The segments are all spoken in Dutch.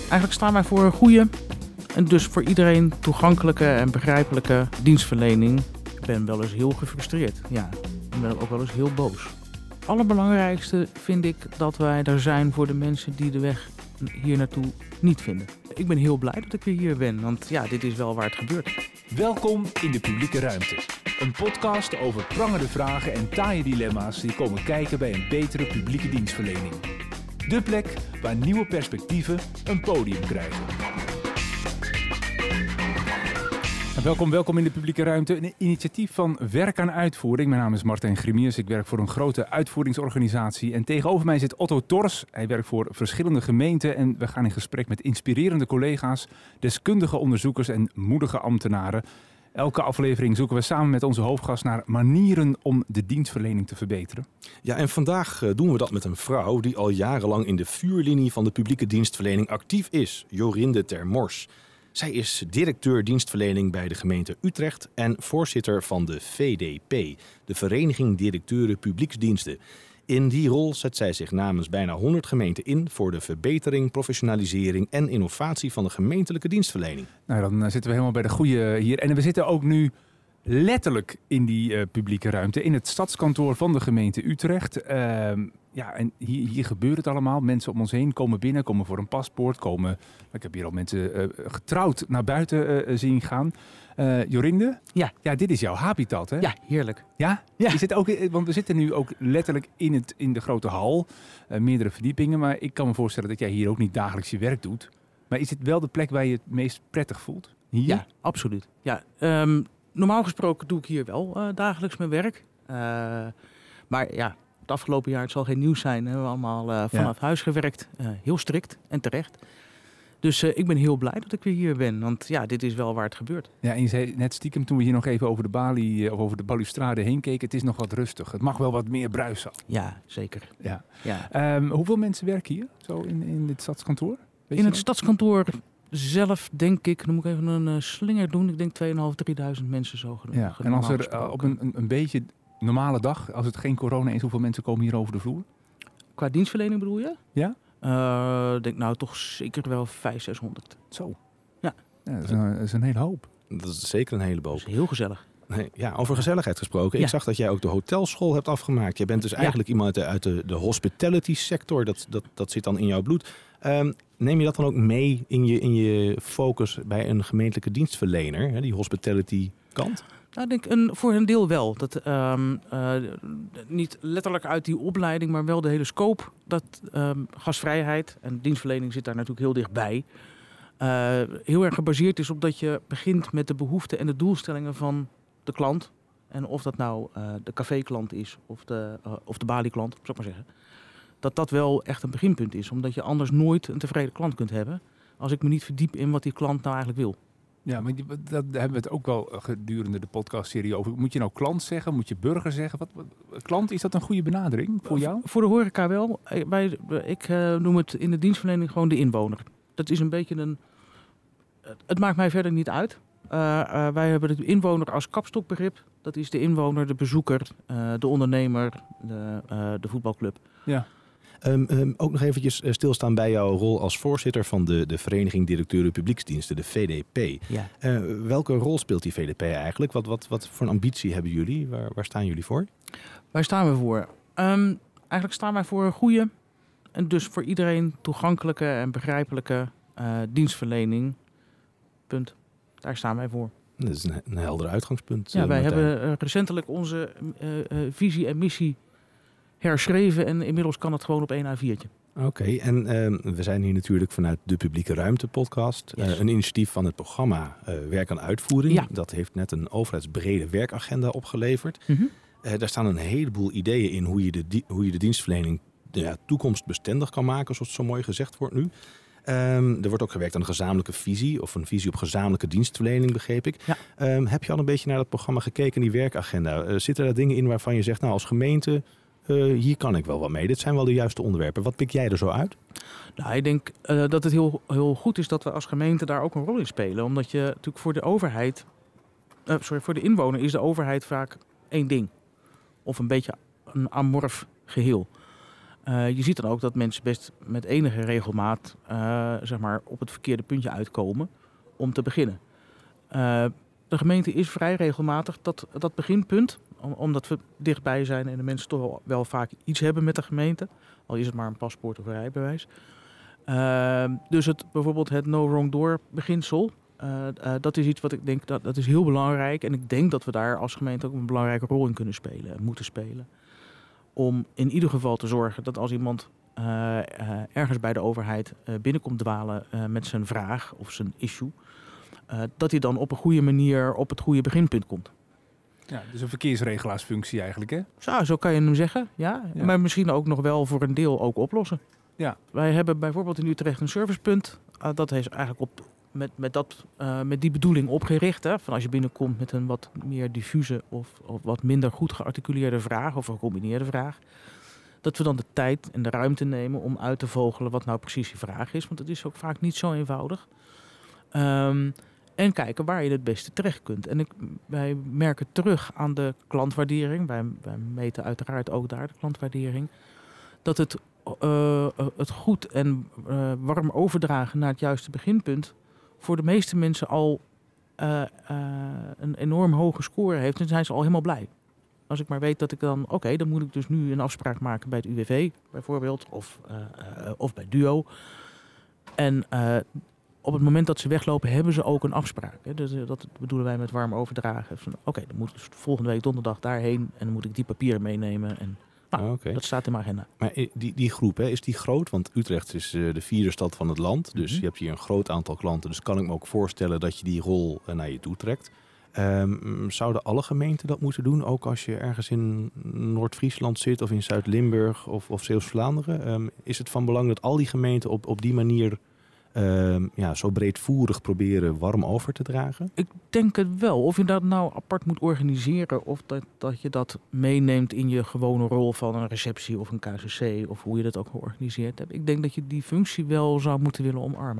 Eigenlijk staan wij voor een goede en dus voor iedereen toegankelijke en begrijpelijke dienstverlening. Ik ben wel eens heel gefrustreerd. Ja, ik ben ook wel eens heel boos. Het allerbelangrijkste vind ik dat wij er zijn voor de mensen die de weg hier naartoe niet vinden. Ik ben heel blij dat ik weer hier ben, want ja, dit is wel waar het gebeurt. Welkom in de publieke ruimte. Een podcast over prangende vragen en taaie dilemma's die komen kijken bij een betere publieke dienstverlening. De plek waar nieuwe perspectieven een podium krijgen. Welkom in de publieke ruimte. Een initiatief van Werk aan Uitvoering. Mijn naam is Martijn Grimius. Ik werk voor een grote uitvoeringsorganisatie. En tegenover mij zit Otto Tors. Hij werkt voor verschillende gemeenten. En we gaan in gesprek met inspirerende collega's, deskundige onderzoekers en moedige ambtenaren. Elke aflevering zoeken we samen met onze hoofdgast naar manieren om de dienstverlening te verbeteren. Ja, en vandaag doen we dat met een vrouw die al jarenlang in de vuurlinie van de publieke dienstverlening actief is. Jorinde ter Mors. Zij is directeur dienstverlening bij de gemeente Utrecht en voorzitter van de VDP, de Vereniging Directeuren Publieksdiensten. In die rol zet zij zich namens bijna 100 gemeenten in voor de verbetering, professionalisering en innovatie van de gemeentelijke dienstverlening. Nou, dan zitten we helemaal bij de goede hier. En we zitten ook nu letterlijk in die publieke ruimte, in het stadskantoor van de gemeente Utrecht. En hier gebeurt het allemaal. Mensen om ons heen komen binnen, komen voor een paspoort, komen. Ik heb hier al mensen getrouwd naar buiten zien gaan. Jorinde? Ja, dit is jouw habitat, hè? Ja, heerlijk. Ja? Ja. Is het ook, want we zitten nu ook letterlijk in de grote hal. Meerdere verdiepingen, maar ik kan me voorstellen dat jij hier ook niet dagelijks je werk doet. Maar is het wel de plek waar je het meest prettig voelt? Hier? Ja, absoluut. Ja, normaal gesproken doe ik hier wel dagelijks mijn werk. Maar ja, het afgelopen jaar, het zal geen nieuws zijn, hebben we allemaal vanaf huis gewerkt. Heel strikt en terecht. Dus ik ben heel blij dat ik weer hier ben, want ja, dit is wel waar het gebeurt. Ja, en je zei net stiekem toen we hier nog even over de balie of over de balustrade heen keken, het is nog wat rustig. Het mag wel wat meer bruisen. Ja, zeker. Ja. Hoeveel mensen werken hier zo in dit stadskantoor? In het stadskantoor zelf denk ik, dan moet ik even een slinger doen, ik denk 2.500, 3.000 mensen zo genoeg. Ja, en als er op een beetje normale dag, als het geen corona is, hoeveel mensen komen hier over de vloer? Qua dienstverlening bedoel je? Ja. Denk nou toch zeker wel 500, 600. Zo. Ja. Dat is een hele hoop. Dat is zeker een hele boop. Dat is heel gezellig. Nee, ja, over gezelligheid gesproken. Ja. Ik zag dat jij ook de hotelschool hebt afgemaakt. Jij bent dus eigenlijk iemand uit de hospitality sector. Dat zit dan in jouw bloed. Neem je dat dan ook mee in je focus bij een gemeentelijke dienstverlener? Hè, die hospitality kant? Nou, ik denk voor een deel wel. Dat, niet letterlijk uit die opleiding, maar wel de hele scope. Dat gastvrijheid en dienstverlening zit daar natuurlijk heel dichtbij. Heel erg gebaseerd is op dat je begint met de behoeften en de doelstellingen van de klant. En of dat nou de caféklant is of de balieklant, zou ik maar zeggen. Dat wel echt een beginpunt is. Omdat je anders nooit een tevreden klant kunt hebben. Als ik me niet verdiep in wat die klant nou eigenlijk wil. Ja, maar daar hebben we het ook wel gedurende de podcastserie over. Moet je nou klant zeggen? Moet je burger zeggen? Klant, is dat een goede benadering voor jou? Voor de horeca wel. Ik noem het in de dienstverlening gewoon de inwoner. Dat is een beetje het maakt mij verder niet uit. Wij hebben de inwoner als kapstokbegrip. Dat is de inwoner, de bezoeker, de ondernemer, de voetbalclub. Ja. Ook nog eventjes stilstaan bij jouw rol als voorzitter van de Vereniging Directeuren Publieksdiensten, de VDP. Ja. Welke rol speelt die VDP eigenlijk? Wat voor een ambitie hebben jullie? Waar staan jullie voor? Waar staan we voor? Eigenlijk staan wij voor een goede en dus voor iedereen toegankelijke en begrijpelijke dienstverlening. Punt. Daar staan wij voor. Dat is een helder uitgangspunt. Ja, wij Martijn. hebben recentelijk onze visie en missie herschreven en inmiddels kan het gewoon op 1 A4'tje. Oké, en we zijn hier natuurlijk vanuit de Publieke Ruimte podcast. Yes. Een initiatief van het programma Werk aan Uitvoering. Ja. Dat heeft net een overheidsbrede werkagenda opgeleverd. Mm-hmm. Daar staan een heleboel ideeën in hoe je de dienstverlening toekomstbestendig kan maken, zoals het zo mooi gezegd wordt nu. Er wordt ook gewerkt aan een gezamenlijke visie of een visie op gezamenlijke dienstverlening, begreep ik. Ja. Heb je al een beetje naar dat programma gekeken, die werkagenda? Zitten daar dingen in waarvan je zegt, nou als gemeente, hier kan ik wel wat mee. Dit zijn wel de juiste onderwerpen. Wat pik jij er zo uit? Nou, ik denk dat het heel, heel goed is dat we als gemeente daar ook een rol in spelen. Omdat je natuurlijk voor de overheid, voor de inwoner is de overheid vaak één ding. Of een beetje een amorf geheel. Je ziet dan ook dat mensen best met enige regelmaat zeg maar op het verkeerde puntje uitkomen om te beginnen. De gemeente is vrij regelmatig dat beginpunt, omdat we dichtbij zijn en de mensen toch wel vaak iets hebben met de gemeente. Al is het maar een paspoort of een rijbewijs. Dus bijvoorbeeld het no wrong door beginsel. Dat is iets wat ik denk dat is heel belangrijk. En ik denk dat we daar als gemeente ook een belangrijke rol in kunnen spelen en moeten spelen. Om in ieder geval te zorgen dat als iemand ergens bij de overheid binnenkomt dwalen met zijn vraag of zijn issue, dat hij dan op een goede manier op het goede beginpunt komt. Ja, dus een verkeersregelaarsfunctie eigenlijk, hè? Zo kan je hem zeggen, ja. Maar misschien ook nog wel voor een deel ook oplossen. Ja. Wij hebben bijvoorbeeld in Utrecht een servicepunt. Dat is eigenlijk met die bedoeling opgericht. Hè, van als je binnenkomt met een wat meer diffuse of wat minder goed gearticuleerde vraag of een gecombineerde vraag. Dat we dan de tijd en de ruimte nemen om uit te vogelen wat nou precies je vraag is. Want het is ook vaak niet zo eenvoudig. En kijken waar je het beste terecht kunt. En wij merken terug aan de klantwaardering. Wij meten uiteraard ook daar de klantwaardering. Dat het goed en warm overdragen naar het juiste beginpunt voor de meeste mensen al een enorm hoge score heeft. Dan zijn ze al helemaal blij. Als ik maar weet dat ik dan dan moet ik dus nu een afspraak maken bij het UWV bijvoorbeeld. Of bij DUO. En op het moment dat ze weglopen, hebben ze ook een afspraak. Hè. Dus, dat bedoelen wij met warm overdragen. Dan moet ik dus volgende week donderdag daarheen en dan moet ik die papieren meenemen. En dat staat in mijn agenda. Maar die groep, is die groot? Want Utrecht is de 4e stad van het land. Dus je hebt hier een groot aantal klanten. Dus kan ik me ook voorstellen dat je die rol naar je toe trekt. Zouden alle gemeenten dat moeten doen? Ook als je ergens in Noord-Friesland zit of in Zuid-Limburg of Zeeuws-Vlaanderen? Is het van belang dat al die gemeenten op die manier zo breedvoerig proberen warm over te dragen? Ik denk het wel. Of je dat nou apart moet organiseren of dat je dat meeneemt in je gewone rol van een receptie of een KCC of hoe je dat ook georganiseerd hebt. Ik denk dat je die functie wel zou moeten willen omarmen.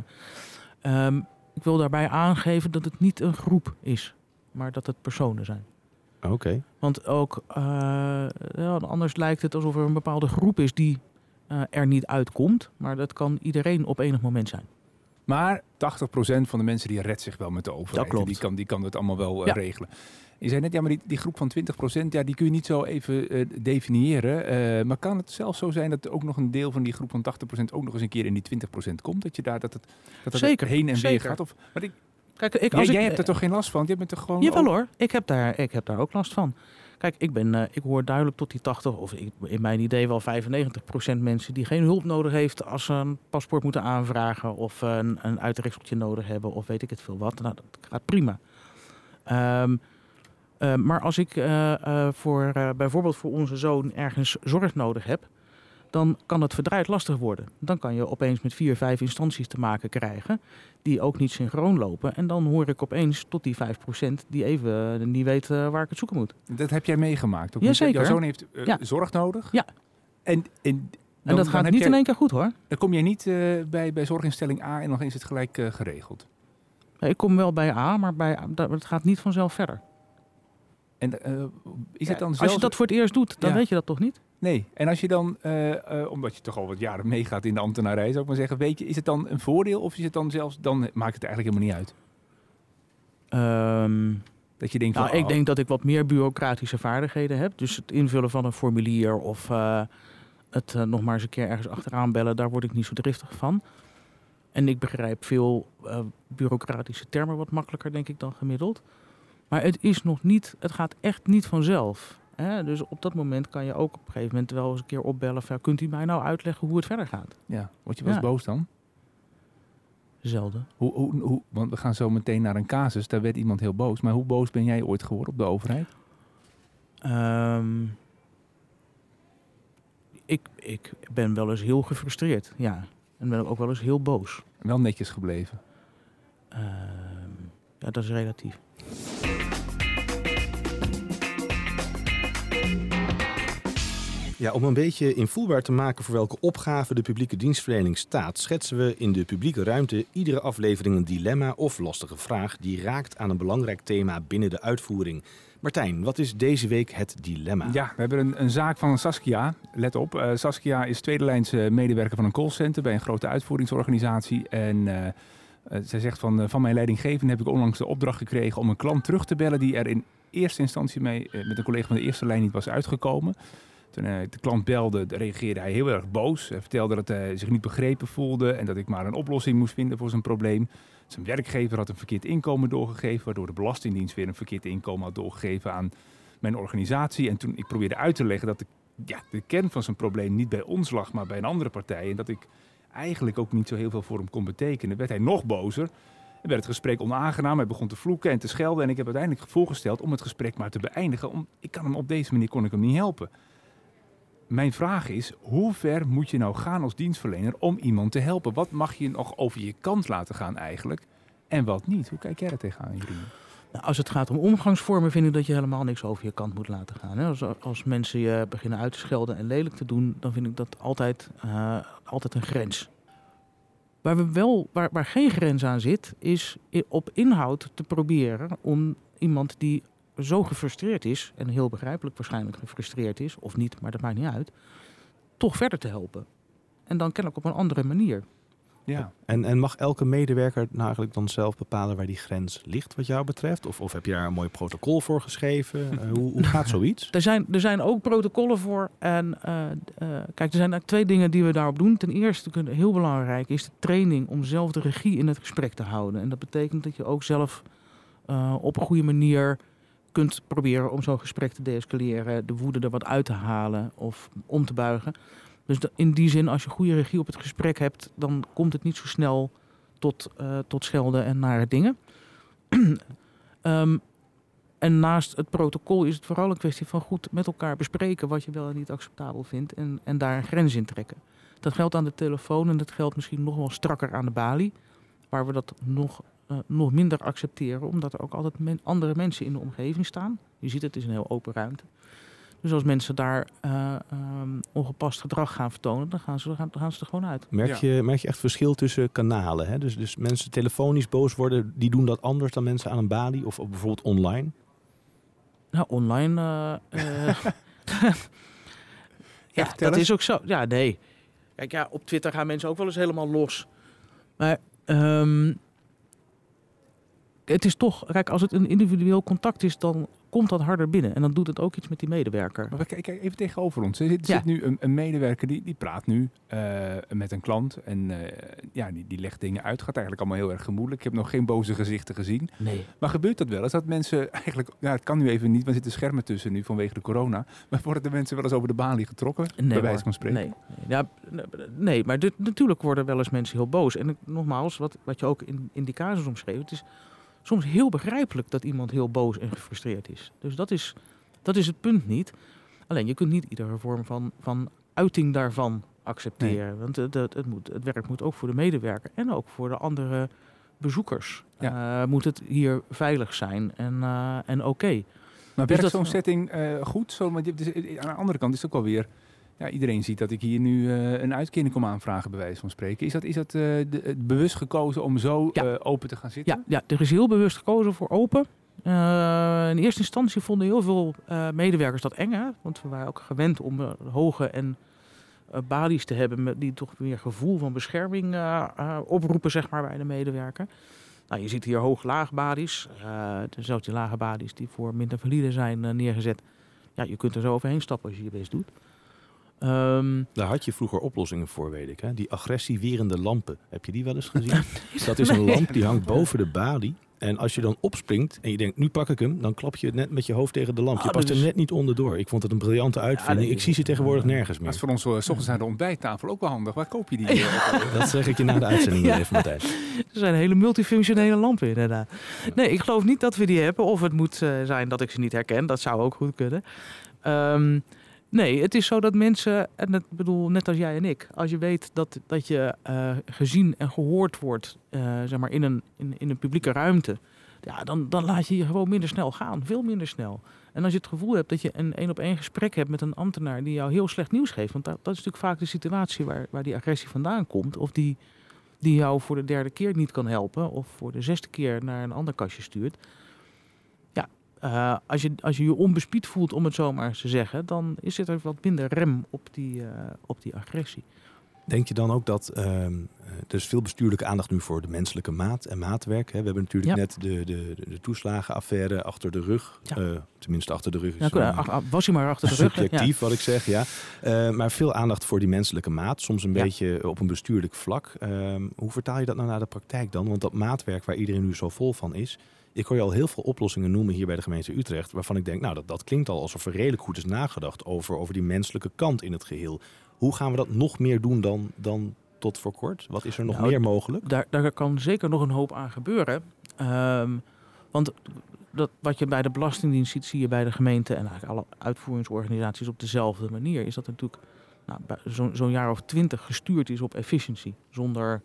Ik wil daarbij aangeven dat het niet een groep is, maar dat het personen zijn. Oké. Want ook anders lijkt het alsof er een bepaalde groep is die er niet uitkomt, maar dat kan iedereen op enig moment zijn. Maar 80% van de mensen die redt zich wel met de overheid. Dat klopt. Die kan het allemaal wel regelen. Je zei net, maar die groep van 20%, die kun je niet zo even definiëren. Maar kan het zelfs zo zijn dat ook nog een deel van die groep van 80% ook nog eens een keer in die 20% komt? Dat je daar dat het zeker, heen en weer gaat? Jij hebt er toch geen last van? Je bent er gewoon. Jawel hoor, ik heb daar ook last van. Kijk, ik hoor duidelijk tot die 80, of in mijn idee wel 95% mensen die geen hulp nodig heeft als ze een paspoort moeten aanvragen of een uitrekseltje nodig hebben of weet ik het veel wat. Nou, dat gaat prima. Maar als ik bijvoorbeeld voor onze zoon ergens zorg nodig heb, dan kan het verdraaid lastig worden. Dan kan je opeens met 4, 5 instanties te maken krijgen die ook niet synchroon lopen. En dan hoor ik opeens tot die 5% die even niet weet waar ik het zoeken moet. Dat heb jij meegemaakt? Ja, zeker. Jouw zoon heeft zorg nodig? Ja. En dat gaat niet in één keer goed hoor. Dan kom jij niet bij zorginstelling A en nog eens het gelijk geregeld? Ik kom wel bij A, maar het gaat niet vanzelf verder. En is het dan zelfs... Als je dat voor het eerst doet, dan weet je dat toch niet? Nee. En als je dan, omdat je toch al wat jaren meegaat in de ambtenarij, zou ik maar zeggen, weet je, is het dan een voordeel of is het dan zelfs, dan maakt het eigenlijk helemaal niet uit? Dat je denkt ik denk dat ik wat meer bureaucratische vaardigheden heb. Dus het invullen van een formulier of het nog maar eens een keer ergens achteraan bellen, daar word ik niet zo driftig van. En ik begrijp veel bureaucratische termen wat makkelijker, denk ik, dan gemiddeld. Maar het gaat echt niet vanzelf. Hè? Dus op dat moment kan je ook op een gegeven moment wel eens een keer opbellen van, kunt u mij nou uitleggen hoe het verder gaat? Ja, word je wel eens boos dan? Zelden. Want we gaan zo meteen naar een casus, daar werd iemand heel boos. Maar hoe boos ben jij ooit geworden op de overheid? Ik ben wel eens heel gefrustreerd, ja. En ben ook wel eens heel boos. Wel netjes gebleven? Ja, dat is relatief. Ja, om een beetje invoelbaar te maken voor welke opgave de publieke dienstverlening staat, schetsen we in de publieke ruimte iedere aflevering een dilemma of lastige vraag die raakt aan een belangrijk thema binnen de uitvoering. Martijn, wat is deze week het dilemma? Ja, we hebben een zaak van Saskia. Let op, Saskia is tweede lijns medewerker van een callcenter bij een grote uitvoeringsorganisatie. En zij zegt van mijn leidinggevende heb ik onlangs de opdracht gekregen om een klant terug te bellen die er in eerste instantie mee met een collega van de eerste lijn niet was uitgekomen. Toen de klant belde, reageerde hij heel erg boos. Hij vertelde dat hij zich niet begrepen voelde en dat ik maar een oplossing moest vinden voor zijn probleem. Zijn werkgever had een verkeerd inkomen doorgegeven, waardoor de Belastingdienst weer een verkeerd inkomen had doorgegeven aan mijn organisatie. En toen ik probeerde uit te leggen dat de kern van zijn probleem niet bij ons lag, maar bij een andere partij. En dat ik eigenlijk ook niet zo heel veel voor hem kon betekenen, werd hij nog bozer. En werd het gesprek onaangenaam. Hij begon te vloeken en te schelden. En ik heb uiteindelijk voorgesteld om het gesprek maar te beëindigen. Op deze manier kon ik hem niet helpen. Mijn vraag is, hoe ver moet je nou gaan als dienstverlener om iemand te helpen? Wat mag je nog over je kant laten gaan eigenlijk en wat niet? Hoe kijk jij er tegenaan, Irene? Nou, als het gaat om omgangsvormen vind ik dat je helemaal niks over je kant moet laten gaan. Hè? Als mensen je beginnen uit te schelden en lelijk te doen, dan vind ik dat altijd een grens. Waar geen grens aan zit, is op inhoud te proberen om iemand die zo gefrustreerd is, en heel begrijpelijk waarschijnlijk gefrustreerd is, of niet, maar dat maakt niet uit, toch verder te helpen. En dan kennelijk op een andere manier. Ja. En mag elke medewerker nou eigenlijk dan zelf bepalen waar die grens ligt wat jou betreft? Of heb je daar een mooi protocol voor geschreven? Hoe gaat zoiets? Er zijn ook protocollen voor. En kijk, er zijn eigenlijk 2 dingen die we daarop doen. Ten eerste, heel belangrijk, is de training om zelf de regie in het gesprek te houden. En dat betekent dat je ook zelf op een goede manier kunt proberen om zo'n gesprek te deescaleren, de woede er wat uit te halen of om te buigen. Dus in die zin, als je goede regie op het gesprek hebt, dan komt het niet zo snel tot schelden en nare dingen. En naast het protocol is het vooral een kwestie van goed met elkaar bespreken wat je wel en niet acceptabel vindt en daar een grens in trekken. Dat geldt aan de telefoon en dat geldt misschien nog wel strakker aan de balie, waar we dat nog minder accepteren, omdat er ook altijd andere mensen in de omgeving staan. Je ziet het is een heel open ruimte. Dus als mensen daar ongepast gedrag gaan vertonen, dan gaan ze er gewoon uit. Merk je echt verschil tussen kanalen? Hè? Dus mensen telefonisch boos worden, die doen dat anders dan mensen aan een balie of bijvoorbeeld online? Nou, online... ja, dat is ook zo. Ja, nee. Kijk, ja, op Twitter gaan mensen ook wel eens helemaal los. Maar het is toch... Kijk, als het een individueel contact is, dan komt dat harder binnen. En dan doet het ook iets met die medewerker. Maar kijk even tegenover ons. Er zit nu een medewerker die praat nu met een klant. En die legt dingen uit. Gaat eigenlijk allemaal heel erg gemoedelijk. Ik heb nog geen boze gezichten gezien. Nee. Maar gebeurt dat wel eens? Dat mensen eigenlijk... Ja, het kan nu even niet. Want er zitten schermen tussen nu vanwege de corona. Maar worden de mensen wel eens over de balie getrokken? Nee, bij wijze van spreken? Nee. Ja, nee, maar natuurlijk worden wel eens mensen heel boos. En nogmaals, wat je ook in die casus omschreef, het is soms heel begrijpelijk dat iemand heel boos en gefrustreerd is. Dus dat is het punt niet. Alleen je kunt niet iedere vorm van uiting daarvan accepteren. Nee. Want het werk moet ook voor de medewerker en ook voor de andere bezoekers. Ja. Moet het hier veilig zijn en oké. Maar werkt zo'n setting goed? Maar aan de andere kant is het ook wel weer... Ja, iedereen ziet dat ik hier nu een uitkering kom aanvragen, bij wijze van spreken. Is dat bewust gekozen om zo open te gaan zitten? Ja, er is heel bewust gekozen voor open. In eerste instantie vonden heel veel medewerkers dat eng. Hè? Want we waren ook gewend om hoge en balies te hebben die toch meer gevoel van bescherming oproepen, zeg maar, bij de medewerker. Nou, je ziet hier hoog-laag balies. Zelfs die lage balies die voor minder valide zijn neergezet. Ja, je kunt er zo overheen stappen als je je best doet. Daar had je vroeger oplossingen voor, weet ik. Hè? Die agressiewerende lampen. Heb je die wel eens gezien? Dat is een lamp die hangt boven de balie. En als je dan opspringt en je denkt, nu pak ik hem, dan klap je het net met je hoofd tegen de lamp. Je past er net niet onderdoor. Ik vond het een briljante uitvinding. Ik zie ze tegenwoordig nergens meer. Dat is voor ons 's ochtends aan de ontbijttafel ook wel handig. Waar koop je die? Dat zeg ik je na de uitzending weer even, Martijn. Er zijn hele multifunctionele lampen inderdaad. Nee, ik geloof niet dat we die hebben. Of het moet zijn dat ik ze niet herken. Dat zou ook goed kunnen. Nee, het is zo dat mensen, en ik bedoel net als jij en ik, als je weet dat je gezien en gehoord wordt, zeg maar in een publieke ruimte, Ja, dan laat je gewoon minder snel gaan. Veel minder snel. En als je het gevoel hebt dat je een 1-op-1 gesprek hebt met een ambtenaar die jou heel slecht nieuws geeft. Want dat is natuurlijk vaak de situatie waar die agressie vandaan komt. Of die jou voor de 3e keer niet kan helpen. Of voor de 6e keer naar een ander kastje stuurt. Ja, als je je onbespied voelt, om het zo maar te zeggen, dan is er wat minder rem op die agressie. Denk je dan ook dat er is veel bestuurlijke aandacht nu voor de menselijke maat en maatwerk? Hè? We hebben natuurlijk net de toeslagenaffaire achter de rug. Ja. Tenminste, achter de rug is was hij maar achter de rug. Subjectief, wat ik zeg, ja. Maar veel aandacht voor die menselijke maat. Soms een beetje op een bestuurlijk vlak. Hoe vertaal je dat nou naar de praktijk dan? Want dat maatwerk waar iedereen nu zo vol van is. Ik hoor je al heel veel oplossingen noemen hier bij de gemeente Utrecht. Waarvan ik denk, nou, dat klinkt al alsof er redelijk goed is nagedacht over die menselijke kant in het geheel. Hoe gaan we dat nog meer doen dan tot voor kort? Wat is er nog meer mogelijk? Daar kan zeker nog een hoop aan gebeuren. Want wat je bij de Belastingdienst ziet, zie je bij de gemeente en eigenlijk alle uitvoeringsorganisaties op dezelfde manier. Is dat natuurlijk zo'n jaar of 20 gestuurd is op efficiëntie. Zonder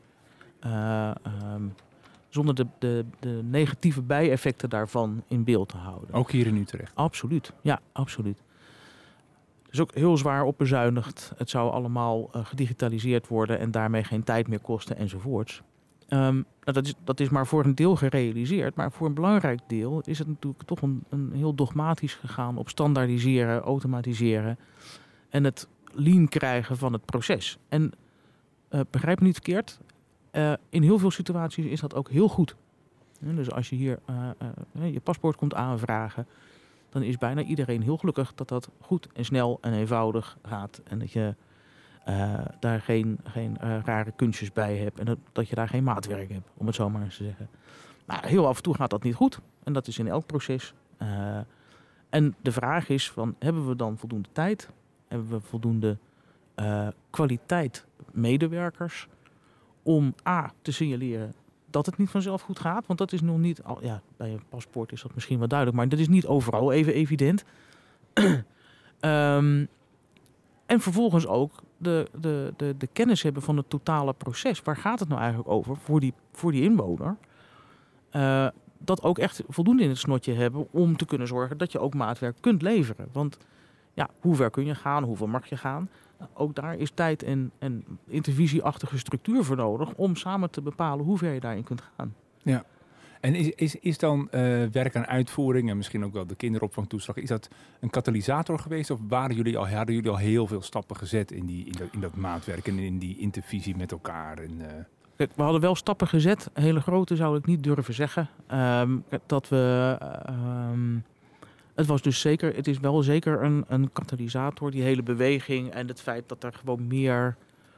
de negatieve bijeffecten daarvan in beeld te houden. Ook hier in Utrecht? Absoluut, ja, absoluut. Er is ook heel zwaar op bezuinigd. Het zou allemaal gedigitaliseerd worden en daarmee geen tijd meer kosten enzovoorts. Dat is maar voor een deel gerealiseerd. Maar voor een belangrijk deel is het natuurlijk toch een heel dogmatisch gegaan op standaardiseren, automatiseren en het lean krijgen van het proces. En begrijp me niet verkeerd, in heel veel situaties is dat ook heel goed. Dus als je hier je paspoort komt aanvragen, dan is bijna iedereen heel gelukkig dat dat goed en snel en eenvoudig gaat. En dat je daar geen rare kunstjes bij hebt. En dat je daar geen maatwerk hebt, om het zo maar eens te zeggen. Maar heel af en toe gaat dat niet goed. En dat is in elk proces. En de vraag is, hebben we dan voldoende tijd? Hebben we voldoende kwaliteit medewerkers om te signaleren dat het niet vanzelf goed gaat? Want dat is nog niet... bij een paspoort is dat misschien wel duidelijk, maar dat is niet overal even evident. En vervolgens ook de kennis hebben van het totale proces. Waar gaat het nou eigenlijk over voor die inwoner? Dat ook echt voldoende in het snotje hebben om te kunnen zorgen dat je ook maatwerk kunt leveren. Want ja, hoe ver kun je gaan? Hoeveel mag je gaan? Ook daar is tijd en intervisieachtige structuur voor nodig om samen te bepalen hoe ver je daarin kunt gaan. Ja. En is dan werk aan uitvoering en misschien ook wel de kinderopvangtoeslag, is dat een katalysator geweest of hadden jullie al heel veel stappen gezet in dat maatwerk en in die intervisie met elkaar? Kijk, we hadden wel stappen gezet. Hele grote zou ik niet durven zeggen. Het is wel zeker een katalysator, die hele beweging en het feit dat er gewoon meer,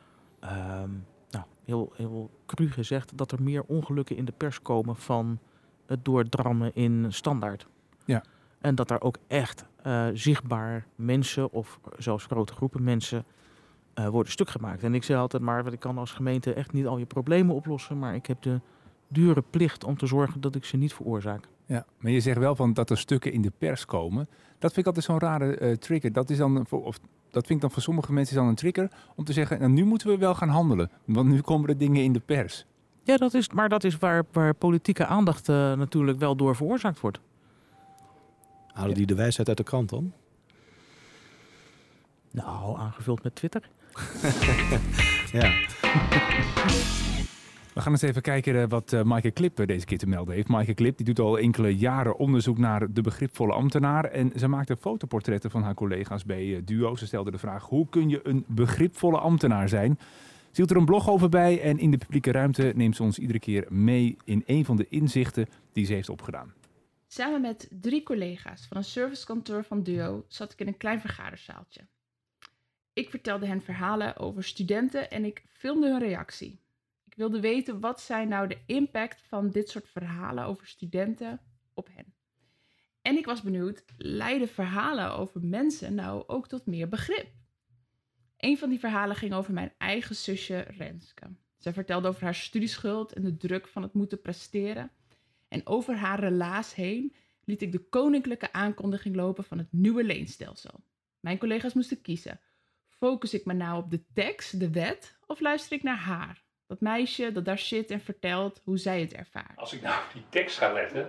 heel cru gezegd, dat er meer ongelukken in de pers komen van het doordrammen in standaard. Ja. En dat daar ook echt zichtbaar mensen of zelfs grote groepen mensen worden stuk gemaakt. En ik zeg altijd maar, ik kan als gemeente echt niet al je problemen oplossen, maar ik heb de dure plicht om te zorgen dat ik ze niet veroorzaak. Ja, maar je zegt wel dat er stukken in de pers komen. Dat vind ik altijd zo'n rare trigger. Dat vind ik dan voor sommige mensen dan een trigger om te zeggen, nou, nu moeten we wel gaan handelen. Want nu komen er dingen in de pers. Ja, dat is waar politieke aandacht natuurlijk wel door veroorzaakt wordt. Halen die de wijsheid uit de krant dan? Nou, aangevuld met Twitter. Ja. We gaan eens even kijken wat Maaike Klip deze keer te melden heeft. Maaike Klip die doet al enkele jaren onderzoek naar de begripvolle ambtenaar. En ze maakte fotoportretten van haar collega's bij Duo. Ze stelde de vraag, hoe kun je een begripvolle ambtenaar zijn? Ze hield er een blog over bij en in de publieke ruimte neemt ze ons iedere keer mee in een van de inzichten die ze heeft opgedaan. Samen met 3 collega's van een servicekantoor van Duo zat ik in een klein vergaderzaaltje. Ik vertelde hen verhalen over studenten en ik filmde hun reactie. Ik wilde weten, wat zijn nou de impact van dit soort verhalen over studenten op hen? En ik was benieuwd, leiden verhalen over mensen nou ook tot meer begrip? Een van die verhalen ging over mijn eigen zusje Renske. Zij vertelde over haar studieschuld en de druk van het moeten presteren. En over haar relaas heen liet ik de koninklijke aankondiging lopen van het nieuwe leenstelsel. Mijn collega's moesten kiezen. Focus ik me nou op de tekst, de wet, of luister ik naar haar? Dat meisje dat daar zit en vertelt hoe zij het ervaart. Als ik nou op die tekst ga letten,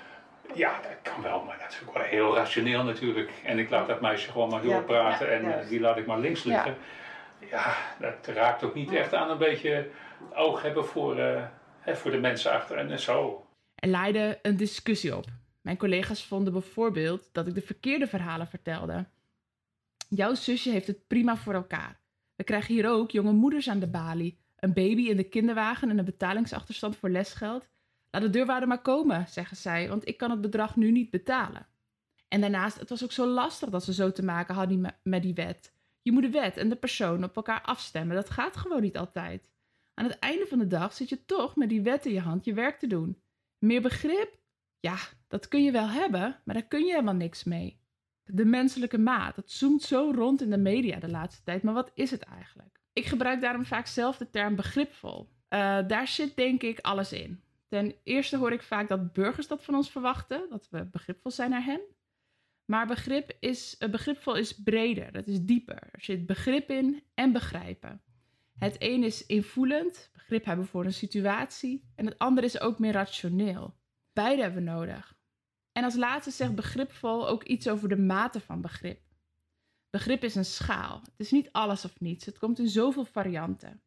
ja, dat kan wel, maar dat is ook wel heel rationeel natuurlijk. En ik laat dat meisje gewoon maar doorpraten en die laat ik maar links liggen. Ja, dat raakt ook niet echt aan een beetje oog hebben voor de mensen achter en zo. Er leidde een discussie op. Mijn collega's vonden bijvoorbeeld dat ik de verkeerde verhalen vertelde. Jouw zusje heeft het prima voor elkaar. We krijgen hier ook jonge moeders aan de balie, een baby in de kinderwagen en een betalingsachterstand voor lesgeld. Laat de deurwaarder maar komen, zeggen zij, want ik kan het bedrag nu niet betalen. En daarnaast, het was ook zo lastig dat ze zo te maken hadden met die wet. Je moet de wet en de persoon op elkaar afstemmen. Dat gaat gewoon niet altijd. Aan het einde van de dag zit je toch met die wet in je hand je werk te doen. Meer begrip? Ja, dat kun je wel hebben, maar daar kun je helemaal niks mee. De menselijke maat, dat zoomt zo rond in de media de laatste tijd, maar wat is het eigenlijk? Ik gebruik daarom vaak zelf de term begripvol. Daar zit denk ik alles in. Ten eerste hoor ik vaak dat burgers dat van ons verwachten, dat we begripvol zijn naar hen. Maar begripvol is breder, dat is dieper. Er zit begrip in en begrijpen. Het een is invoelend, begrip hebben voor een situatie. En het andere is ook meer rationeel. Beide hebben we nodig. En als laatste zegt begripvol ook iets over de mate van begrip. Begrip is een schaal. Het is niet alles of niets. Het komt in zoveel varianten.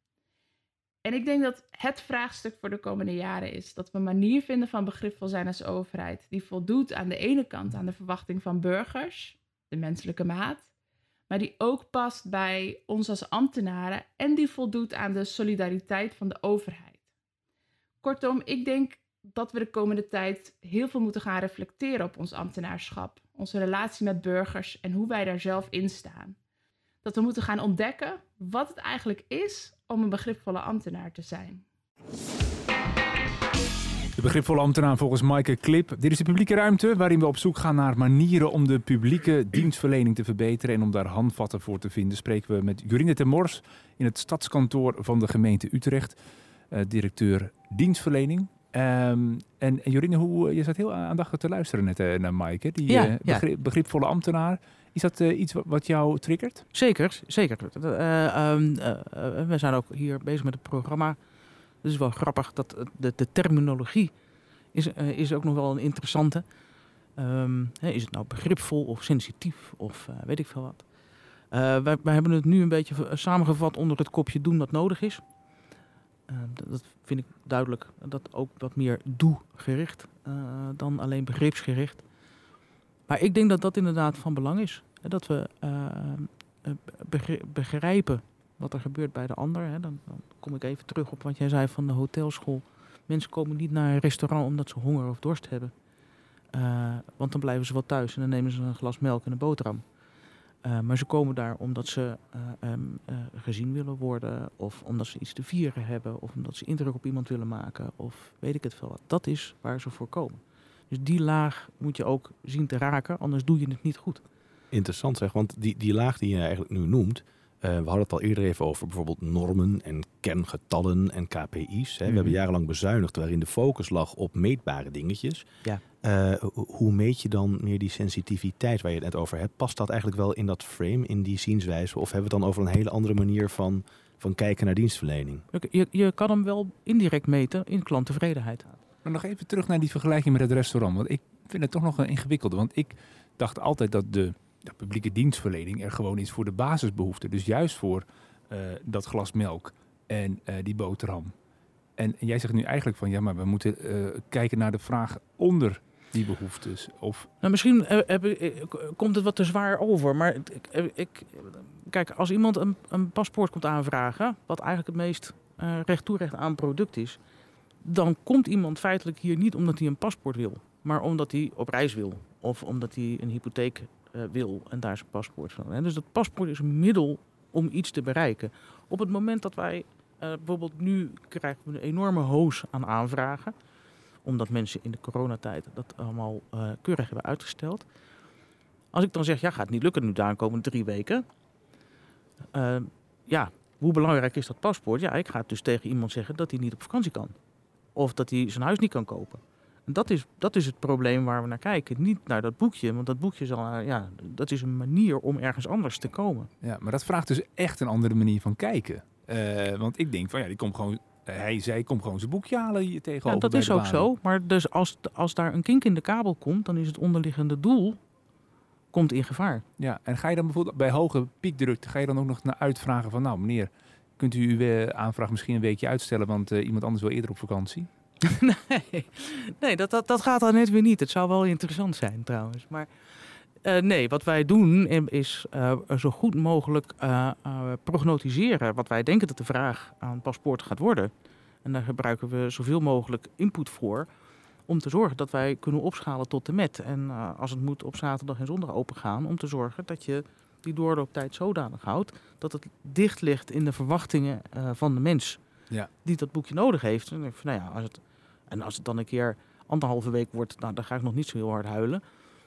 En ik denk dat het vraagstuk voor de komende jaren is dat we een manier vinden van begripvol zijn als overheid, die voldoet aan de ene kant aan de verwachting van burgers, de menselijke maat, maar die ook past bij ons als ambtenaren en die voldoet aan de solidariteit van de overheid. Kortom, ik denk dat we de komende tijd heel veel moeten gaan reflecteren op ons ambtenaarschap, onze relatie met burgers en hoe wij daar zelf in staan. Dat we moeten gaan ontdekken wat het eigenlijk is om een begripvolle ambtenaar te zijn. De begripvolle ambtenaar volgens Maaike Klip. Dit is de publieke ruimte waarin we op zoek gaan naar manieren om de publieke dienstverlening te verbeteren. En om daar handvatten voor te vinden spreken we met Jorinde ter Mors in het stadskantoor van de gemeente Utrecht. Directeur dienstverlening. En Jorinde, je zat heel aandachtig te luisteren net naar Maaike. Die begripvolle ambtenaar. Is dat iets wat jou triggert? Zeker. We zijn ook hier bezig met het programma. Het is wel grappig dat de terminologie is ook nog wel een interessante. Is het nou begripvol of sensitief of weet ik veel wat. Wij hebben het nu een beetje samengevat onder het kopje doen wat nodig is. Dat vind ik duidelijk. Dat ook wat meer doe-gericht dan alleen begripsgericht. Maar ik denk dat dat inderdaad van belang is. Dat we begrijpen wat er gebeurt bij de ander. Hè. Dan kom ik even terug op wat jij zei van de hotelschool. Mensen komen niet naar een restaurant omdat ze honger of dorst hebben. Want dan blijven ze wel thuis en dan nemen ze een glas melk en een boterham. Maar ze komen daar omdat ze gezien willen worden. Of omdat ze iets te vieren hebben. Of omdat ze indruk op iemand willen maken. Of weet ik het veel wat. Dat is waar ze voor komen. Dus die laag moet je ook zien te raken, anders doe je het niet goed. Interessant zeg, want die laag die je eigenlijk nu noemt, we hadden het al eerder even over bijvoorbeeld normen en kerngetallen en KPI's. Hè. We hebben jarenlang bezuinigd waarin de focus lag op meetbare dingetjes. Ja. Hoe meet je dan meer die sensitiviteit waar je het net over hebt? Past dat eigenlijk wel in dat frame, in die zienswijze? Of hebben we het dan over een hele andere manier van kijken naar dienstverlening? Je kan hem wel indirect meten in klanttevredenheid. Maar nog even terug naar die vergelijking met het restaurant. Want ik vind het toch nog een ingewikkelde. Want ik dacht altijd dat de publieke dienstverlening er gewoon is voor de basisbehoeften. Dus juist voor dat glas melk en die boterham. En jij zegt nu eigenlijk van ja, maar we moeten kijken naar de vraag onder die behoeftes. Of... Nou, misschien komt het wat te zwaar over. Maar kijk, als iemand een paspoort komt aanvragen, wat eigenlijk het meest recht toe recht aan product is, dan komt iemand feitelijk hier niet omdat hij een paspoort wil, maar omdat hij op reis wil. Of omdat hij een hypotheek wil en daar zijn paspoort van. Dus dat paspoort is een middel om iets te bereiken. Op het moment dat wij bijvoorbeeld nu krijgen we een enorme hoos aan aanvragen, omdat mensen in de coronatijd dat allemaal keurig hebben uitgesteld. Als ik dan zeg, ja, gaat niet lukken nu de aankomende 3 weken. Hoe belangrijk is dat paspoort? Ja, ik ga dus tegen iemand zeggen dat hij niet op vakantie kan. Of dat hij zijn huis niet kan kopen. En dat is het probleem waar we naar kijken. Niet naar dat boekje, want dat boekje dat is een manier om ergens anders te komen. Ja, maar dat vraagt dus echt een andere manier van kijken. Want ik denk van ja, die komt gewoon Zij komt gewoon zijn boekje halen hier tegenover. Ja, dat is ook zo. Maar dus als daar een kink in de kabel komt, dan is het onderliggende doel komt in gevaar. Ja, en ga je dan bijvoorbeeld bij hoge piekdrukte, ga je dan ook nog naar uitvragen van, nou meneer, kunt u uw aanvraag misschien een weekje uitstellen, want iemand anders wil eerder op vakantie? Nee, dat gaat dan net weer niet. Het zou wel interessant zijn trouwens. Maar nee, wat wij doen is zo goed mogelijk prognosticeren wat wij denken dat de vraag aan paspoorten gaat worden. En daar gebruiken we zoveel mogelijk input voor om te zorgen dat wij kunnen opschalen tot de met. En als het moet op zaterdag en zondag open gaan, om te zorgen dat je die doorlooptijd zodanig houdt dat het dicht ligt in de verwachtingen van de mens die dat boekje nodig heeft. En dan denk ik van, als het dan een keer 1,5 week wordt, nou, dan ga ik nog niet zo heel hard huilen.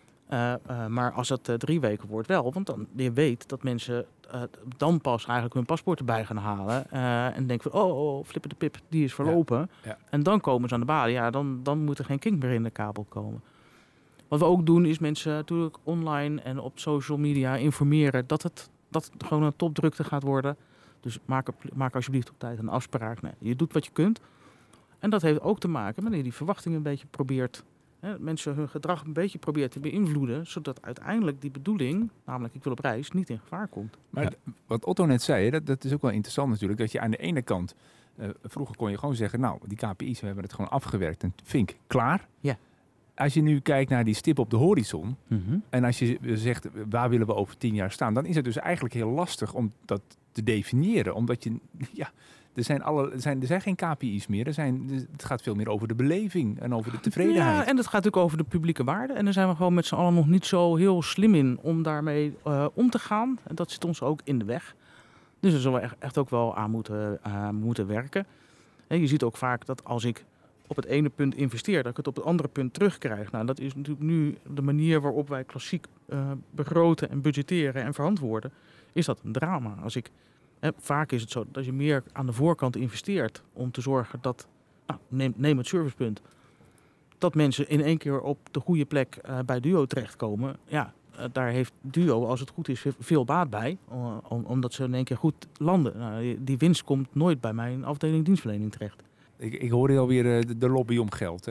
Maar als het 3 weken wordt wel, want dan je weet dat mensen dan pas eigenlijk hun paspoort erbij gaan halen. En denken van, flippen de pip, die is verlopen. Ja. En dan komen ze aan de balie. Ja, dan moet er geen kink meer in de kabel komen. Wat we ook doen is mensen natuurlijk online en op social media informeren dat het gewoon een topdrukte gaat worden. Dus maak alsjeblieft op tijd een afspraak. Nee, je doet wat je kunt. En dat heeft ook te maken met die verwachtingen een beetje probeert. Mensen hun gedrag een beetje probeert te beïnvloeden, zodat uiteindelijk die bedoeling, namelijk ik wil op reis, niet in gevaar komt. Maar wat Otto net zei, dat is ook wel interessant natuurlijk, dat je aan de ene kant, vroeger kon je gewoon zeggen, nou, die KPI's, we hebben het gewoon afgewerkt en vink, klaar. Ja. Als je nu kijkt naar die stip op de horizon, en als je zegt, waar willen we over 10 jaar staan, dan is het dus eigenlijk heel lastig om dat te definiëren, omdat je, er zijn geen KPI's meer. Het gaat veel meer over de beleving en over de tevredenheid. Ja, en het gaat natuurlijk over de publieke waarde. En daar zijn we gewoon met z'n allen nog niet zo heel slim in om daarmee om te gaan. En dat zit ons ook in de weg. Dus daar zullen we echt ook wel aan moeten werken. En je ziet ook vaak dat als ik op het ene punt investeer, dat ik het op het andere punt terugkrijg. Nou, dat is natuurlijk nu de manier waarop wij klassiek begroten en budgetteren en verantwoorden. Is dat een drama. Vaak is het zo dat je meer aan de voorkant investeert om te zorgen dat, neem het servicepunt, dat mensen in één keer op de goede plek bij Duo terechtkomen. Ja, daar heeft Duo, als het goed is, veel baat bij, omdat ze in één keer goed landen. Nou, die winst komt nooit bij mijn afdeling dienstverlening terecht. Ik hoorde alweer de lobby om geld, hè?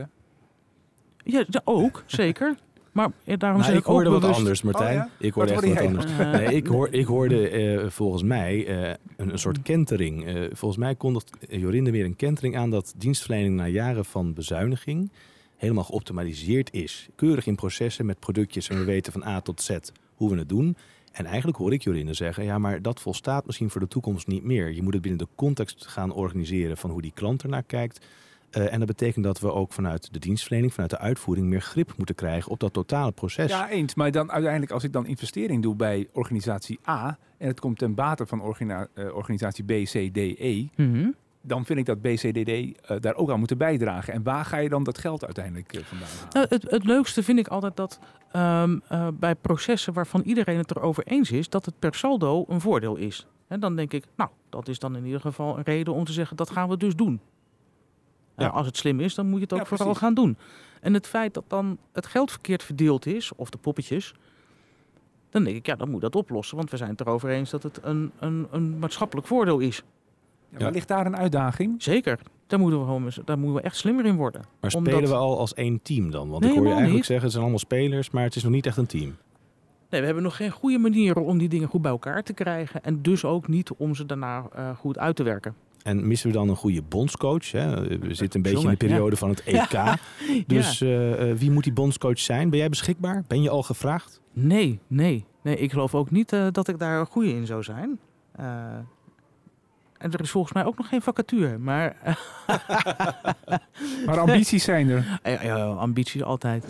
Ja, ook, zeker. Maar daarom zeg ik hoorde ook wat anders, Martijn. Oh, ja? Ik hoorde echt wat anders. Ik hoorde volgens mij een soort kentering. Volgens mij kondigt Jorinde weer een kentering aan dat dienstverlening na jaren van bezuiniging helemaal geoptimaliseerd is. Keurig in processen met productjes en we weten van A tot Z hoe we het doen. En eigenlijk hoor ik Jorinde zeggen, ja, maar dat volstaat misschien voor de toekomst niet meer. Je moet het binnen de context gaan organiseren van hoe die klant ernaar kijkt. En dat betekent dat we ook vanuit de dienstverlening, vanuit de uitvoering, meer grip moeten krijgen op dat totale proces. Ja, eens. Maar dan uiteindelijk, als ik dan investering doe bij organisatie A en het komt ten bate van organisatie B, C, D, E, dan vind ik dat B, C, D, D daar ook aan moeten bijdragen. En waar ga je dan dat geld uiteindelijk vandaan halen? Het leukste vind ik altijd dat bij processen waarvan iedereen het erover eens is, dat het per saldo een voordeel is. En dan denk ik, nou, dat is dan in ieder geval een reden om te zeggen, dat gaan we dus doen. Ja. Als het slim is, dan moet je het ook vooral gaan doen. En het feit dat dan het geld verkeerd verdeeld is, of de poppetjes, dan denk ik, dan moet dat oplossen. Want we zijn het erover eens dat het een maatschappelijk voordeel is. Ja, maar ligt daar een uitdaging? Zeker. Daar moeten we echt slimmer in worden. Maar spelen we al als één team dan? Want ik hoor je eigenlijk zeggen, het zijn allemaal spelers, maar het is nog niet echt een team. Nee, we hebben nog geen goede manieren om die dingen goed bij elkaar te krijgen. En dus ook niet om ze daarna goed uit te werken. En missen we dan een goede bondscoach? Hè? We zitten een beetje in de periode van het EK. Dus wie moet die bondscoach zijn? Ben jij beschikbaar? Ben je al gevraagd? Nee. Ik geloof ook niet dat ik daar een goede in zou zijn. En er is volgens mij ook nog geen vacature. Maar, maar ambities zijn er. Ja, ambities altijd.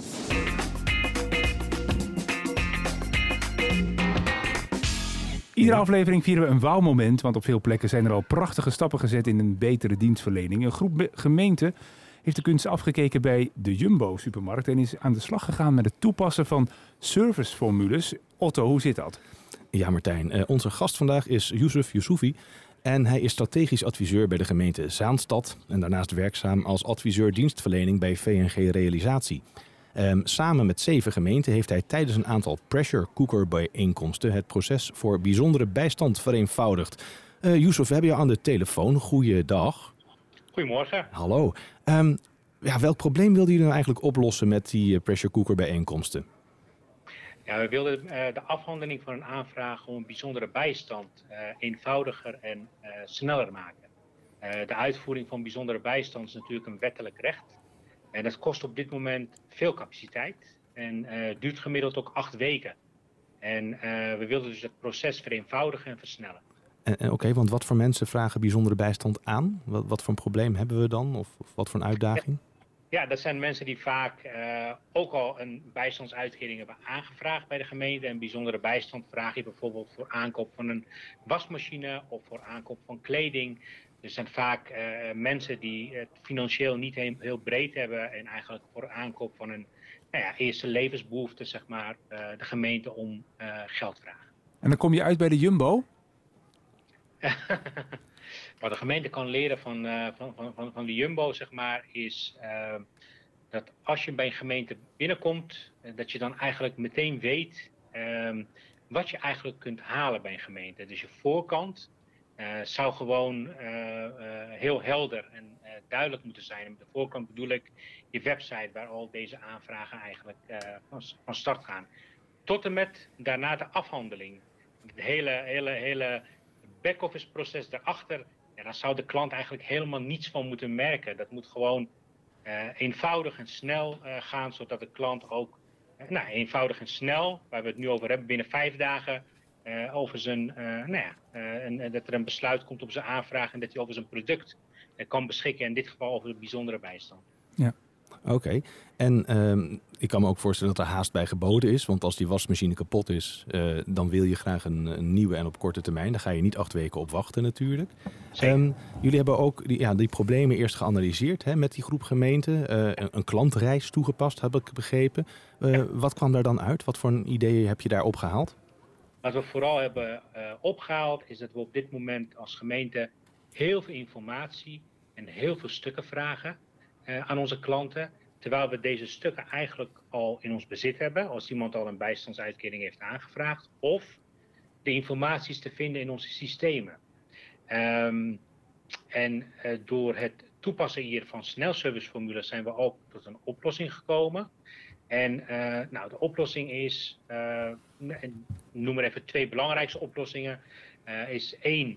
Iedere aflevering vieren we een wauwmoment, want op veel plekken zijn er al prachtige stappen gezet in een betere dienstverlening. Een groep gemeenten heeft de kunst afgekeken bij de Jumbo-supermarkt en is aan de slag gegaan met het toepassen van serviceformules. Otto, hoe zit dat? Ja, Martijn. Onze gast vandaag is Youssef Youssoufi. En hij is strategisch adviseur bij de gemeente Zaanstad. En daarnaast werkzaam als adviseur dienstverlening bij VNG Realisatie. Samen met 7 gemeenten heeft hij tijdens een aantal pressure cooker bijeenkomsten het proces voor bijzondere bijstand vereenvoudigd. Youssef, we hebben jou aan de telefoon. Goeiedag. Goedemorgen. Hallo. Welk probleem wilden jullie nou eigenlijk oplossen met die pressure cooker bijeenkomsten? Ja, we wilden de afhandeling van een aanvraag om een bijzondere bijstand eenvoudiger en sneller maken. De uitvoering van bijzondere bijstand is natuurlijk een wettelijk recht. En dat kost op dit moment veel capaciteit en duurt gemiddeld ook 8 weken. En we wilden dus het proces vereenvoudigen en versnellen. Oké, want wat voor mensen vragen bijzondere bijstand aan? Wat voor een probleem hebben we dan? Of wat voor een uitdaging? Ja, dat zijn mensen die vaak ook al een bijstandsuitkering hebben aangevraagd bij de gemeente. En bijzondere bijstand vraag je bijvoorbeeld voor aankoop van een wasmachine of voor aankoop van kleding. Dus het zijn vaak mensen die het financieel niet heel breed hebben en eigenlijk voor aankoop van een eerste levensbehoefte, zeg maar, de gemeente om geld vragen. En dan kom je uit bij de Jumbo? Wat de gemeente kan leren van de Jumbo, zeg maar, is dat als je bij een gemeente binnenkomt, dat je dan eigenlijk meteen weet wat je eigenlijk kunt halen bij een gemeente. Dus je voorkant zou gewoon heel helder en duidelijk moeten zijn. Met de voorkant bedoel ik je website waar al deze aanvragen eigenlijk van start gaan. Tot en met daarna de afhandeling. Het hele back-office proces daarachter, daar zou de klant eigenlijk helemaal niets van moeten merken. Dat moet gewoon eenvoudig en snel gaan, zodat de klant ook eenvoudig en snel, waar we het nu over hebben, binnen 5 dagen over zijn, dat er een besluit komt op zijn aanvraag en dat hij over zijn product kan beschikken, in dit geval over de bijzondere bijstand. Ja. Oké. En ik kan me ook voorstellen dat er haast bij geboden is. Want als die wasmachine kapot is, dan wil je graag een nieuwe en op korte termijn. Daar ga je niet 8 weken op wachten natuurlijk. Jullie hebben ook die problemen eerst geanalyseerd met die groep gemeenten. Een klantreis toegepast, heb ik begrepen. Wat kwam daar dan uit? Wat voor een ideeën heb je daar opgehaald? Wat we vooral hebben opgehaald is dat we op dit moment als gemeente heel veel informatie en heel veel stukken vragen aan onze klanten. Terwijl we deze stukken eigenlijk al in ons bezit hebben, als iemand al een bijstandsuitkering heeft aangevraagd, of de informatie is te vinden in onze systemen. Door het toepassen hier van snelserviceformules zijn we ook tot een oplossing gekomen. En de oplossing is, noem maar even 2 belangrijkste oplossingen, is 1,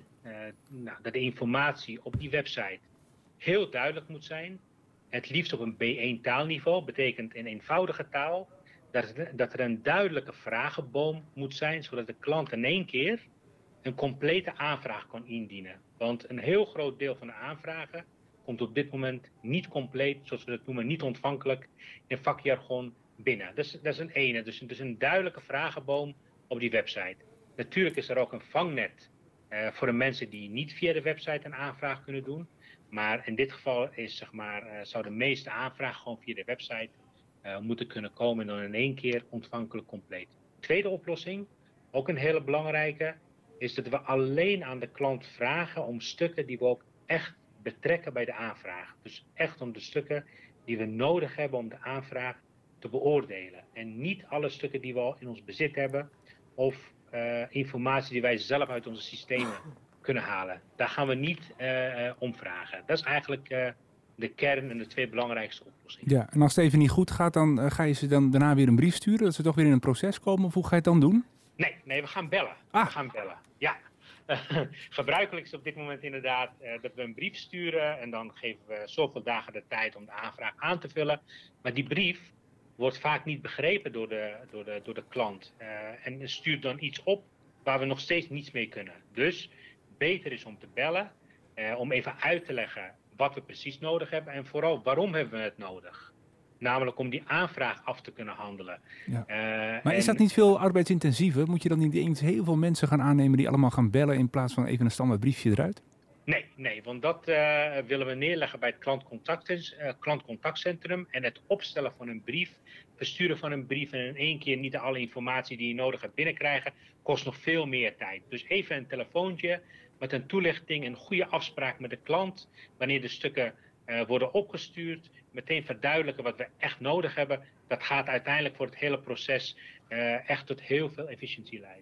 dat de informatie op die website heel duidelijk moet zijn. Het liefst op een B1 taalniveau, betekent in eenvoudige taal dat er een duidelijke vragenboom moet zijn, zodat de klant in 1 keer een complete aanvraag kan indienen. Want een heel groot deel van de aanvragen komt op dit moment niet compleet, zoals we dat noemen, niet ontvankelijk in vakjargon binnen. Dat is een ene, dus een duidelijke vragenboom op die website. Natuurlijk is er ook een vangnet voor de mensen die niet via de website een aanvraag kunnen doen. Maar in dit geval is, zou de meeste aanvragen gewoon via de website moeten kunnen komen en dan in 1 keer ontvankelijk compleet. Tweede oplossing, ook een hele belangrijke, is dat we alleen aan de klant vragen om stukken die we ook echt betrekken bij de aanvraag. Dus echt om de stukken die we nodig hebben om de aanvraag te beoordelen. En niet alle stukken die we al in ons bezit hebben of informatie die wij zelf uit onze systemen kunnen halen. Daar gaan we niet om vragen. Dat is eigenlijk de kern en de 2 belangrijkste oplossingen. Ja, en als het even niet goed gaat, dan ga je ze dan daarna weer een brief sturen, dat ze toch weer in een proces komen? Of hoe ga je het dan doen? Nee, we gaan bellen. We gaan bellen, ja. Gebruikelijk is op dit moment inderdaad dat we een brief sturen en dan geven we zoveel dagen de tijd om de aanvraag aan te vullen. Maar die brief wordt vaak niet begrepen door de klant en stuurt dan iets op waar we nog steeds niets mee kunnen. Dus beter is om te bellen, om even uit te leggen wat we precies nodig hebben en vooral waarom hebben we het nodig. Namelijk om die aanvraag af te kunnen handelen. Ja. Maar is dat niet veel arbeidsintensiever? Moet je dan niet eens heel veel mensen gaan aannemen die allemaal gaan bellen in plaats van even een standaard briefje eruit? Nee, want dat willen we neerleggen bij het klantcontactcentrum en het opstellen van een brief, versturen van een brief en in 1 keer niet alle informatie die je nodig hebt binnenkrijgen, kost nog veel meer tijd. Dus even een telefoontje met een toelichting, een goede afspraak met de klant, wanneer de stukken worden opgestuurd, meteen verduidelijken wat we echt nodig hebben. Dat gaat uiteindelijk voor het hele proces echt tot heel veel efficiëntie leiden.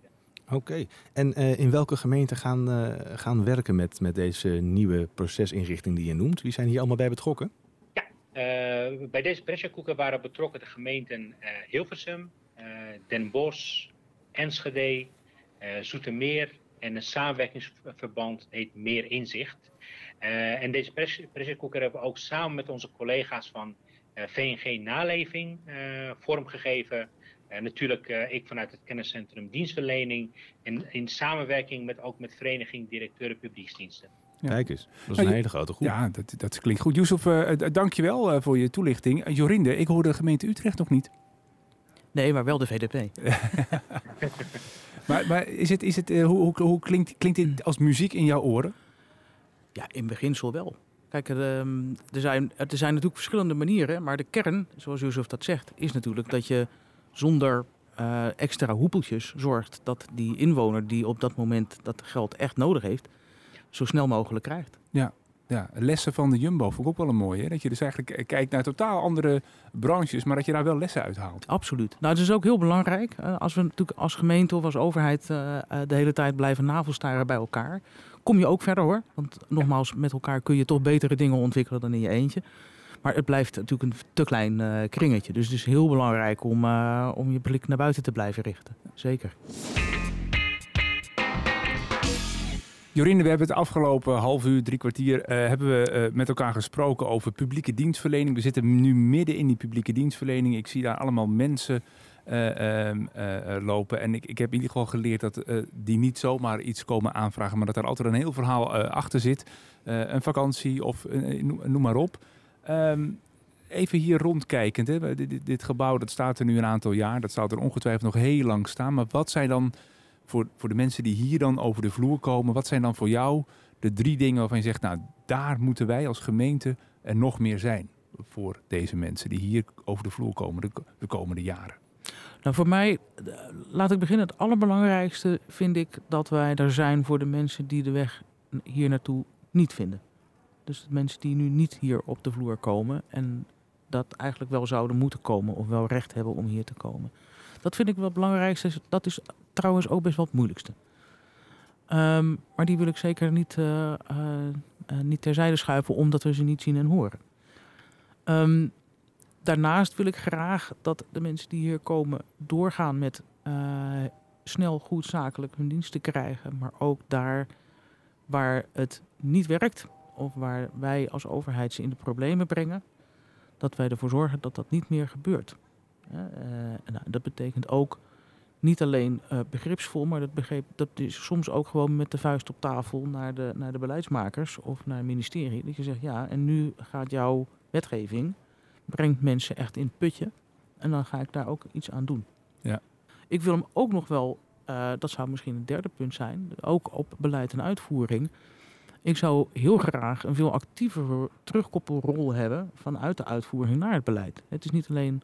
Oké. En in welke gemeenten gaan werken met deze nieuwe procesinrichting die je noemt? Wie zijn hier allemaal bij betrokken? Ja, bij deze pressure cooker waren betrokken de gemeenten Hilversum, Den Bosch, Enschede, Zoetermeer en een samenwerkingsverband heet Meer Inzicht. En deze pressure cooker hebben we ook samen met onze collega's van VNG Naleving vormgegeven. Natuurlijk ik vanuit het kenniscentrum dienstverlening en in samenwerking met vereniging directeuren publieksdiensten. Ja. Kijk eens, dat is een hele grote groep. Ja, dat klinkt goed. Yusuf, dank je wel voor je toelichting. Jorinde, ik hoorde de gemeente Utrecht nog niet. Nee, maar wel de VDP. maar hoe klinkt dit als muziek in jouw oren? Ja, in beginsel wel. Kijk, er zijn natuurlijk verschillende manieren, maar de kern, zoals Yusuf dat zegt, is natuurlijk dat je zonder extra hoepeltjes zorgt dat die inwoner die op dat moment dat geld echt nodig heeft, zo snel mogelijk krijgt. Ja, lessen van de Jumbo vond ik ook wel een mooie. Hè? Dat je dus eigenlijk kijkt naar totaal andere branches, maar dat je daar wel lessen uit haalt. Absoluut. Nou, het is ook heel belangrijk. Als we natuurlijk als gemeente of als overheid de hele tijd blijven navelstaren bij elkaar, kom je ook verder hoor. Want nogmaals, met elkaar kun je toch betere dingen ontwikkelen dan in je eentje. Maar het blijft natuurlijk een te klein kringetje. Dus het is heel belangrijk om je blik naar buiten te blijven richten. Zeker. Jorinde, we hebben het afgelopen half uur, 3 kwartier, hebben we met elkaar gesproken over publieke dienstverlening. We zitten nu midden in die publieke dienstverlening. Ik zie daar allemaal mensen lopen. En ik heb in ieder geval geleerd dat die niet zomaar iets komen aanvragen, maar dat er altijd een heel verhaal achter zit. Een vakantie of noem maar op. Even hier rondkijkend. Hè. Dit gebouw dat staat er nu een aantal jaar. Dat zal er ongetwijfeld nog heel lang staan. Maar wat zijn dan voor de mensen die hier dan over de vloer komen, wat zijn dan voor jou de 3 dingen waarvan je zegt, nou, daar moeten wij als gemeente er nog meer zijn voor deze mensen die hier over de vloer komen de komende jaren? Nou, voor mij, laat ik beginnen. Het allerbelangrijkste vind ik dat wij er zijn voor de mensen die de weg hier naartoe niet vinden. Dus de mensen die nu niet hier op de vloer komen en dat eigenlijk wel zouden moeten komen of wel recht hebben om hier te komen. Dat vind ik wel het belangrijkste. Dat is trouwens ook best wel het moeilijkste. Maar die wil ik zeker niet terzijde schuiven omdat we ze niet zien en horen. Daarnaast wil ik graag dat de mensen die hier komen doorgaan met snel goed zakelijk hun diensten krijgen. Maar ook daar waar het niet werkt of waar wij als overheid ze in de problemen brengen, dat wij ervoor zorgen dat dat niet meer gebeurt. Dat betekent ook niet alleen begripsvol, maar dat is soms ook gewoon met de vuist op tafel naar de beleidsmakers of naar het ministerie. Dat je zegt, ja, en nu gaat jouw wetgeving, brengt mensen echt in het putje en dan ga ik daar ook iets aan doen. Ja. Ik wil hem ook nog wel, dat zou misschien een derde punt zijn, ook op beleid en uitvoering. Ik zou heel graag een veel actievere terugkoppelrol hebben vanuit de uitvoering naar het beleid. Het is niet alleen,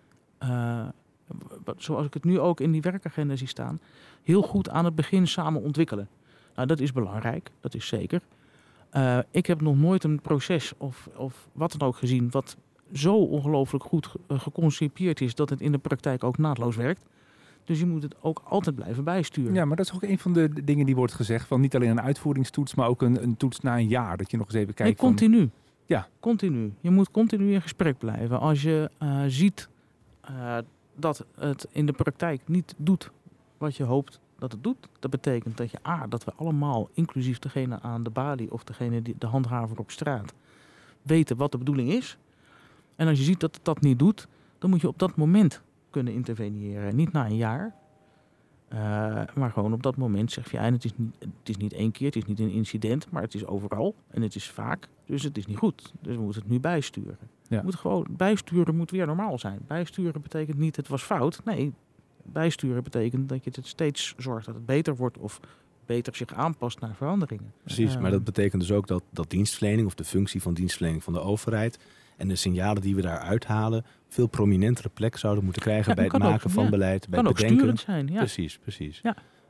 zoals ik het nu ook in die werkagenda zie staan, heel goed aan het begin samen ontwikkelen. Nou, dat is belangrijk, dat is zeker. Ik heb nog nooit een proces of wat dan ook gezien wat zo ongelooflijk goed geconcipieerd is dat het in de praktijk ook naadloos werkt. Dus je moet het ook altijd blijven bijsturen. Ja, maar dat is ook een van de dingen die wordt gezegd. Van niet alleen een uitvoeringstoets, maar ook een toets na een jaar. Dat je nog eens even kijkt. Nee, continu. Ja. Continu. Je moet continu in gesprek blijven. Als je ziet dat het in de praktijk niet doet wat je hoopt dat het doet. Dat betekent dat dat we allemaal, inclusief degene aan de balie of degene die de handhaver op straat, weten wat de bedoeling is. En als je ziet dat het dat niet doet, dan moet je op dat moment kunnen interveneren. Niet na een jaar, maar gewoon op dat moment zeg je, het is niet 1 keer, het is niet een incident, maar het is overal en het is vaak, dus het is niet goed. Dus we moeten het nu bijsturen. Ja. Bijsturen moet weer normaal zijn. Bijsturen betekent niet het was fout. Nee, bijsturen betekent dat je het steeds zorgt dat het beter wordt of beter zich aanpast naar veranderingen. Precies, maar dat betekent dus ook dat dienstverlening of de functie van dienstverlening van de overheid en de signalen die we daar uithalen veel prominentere plek zouden moeten krijgen bij het maken van beleid, bij het bedenken. Kan ook sturend zijn, ja. Precies. Ja.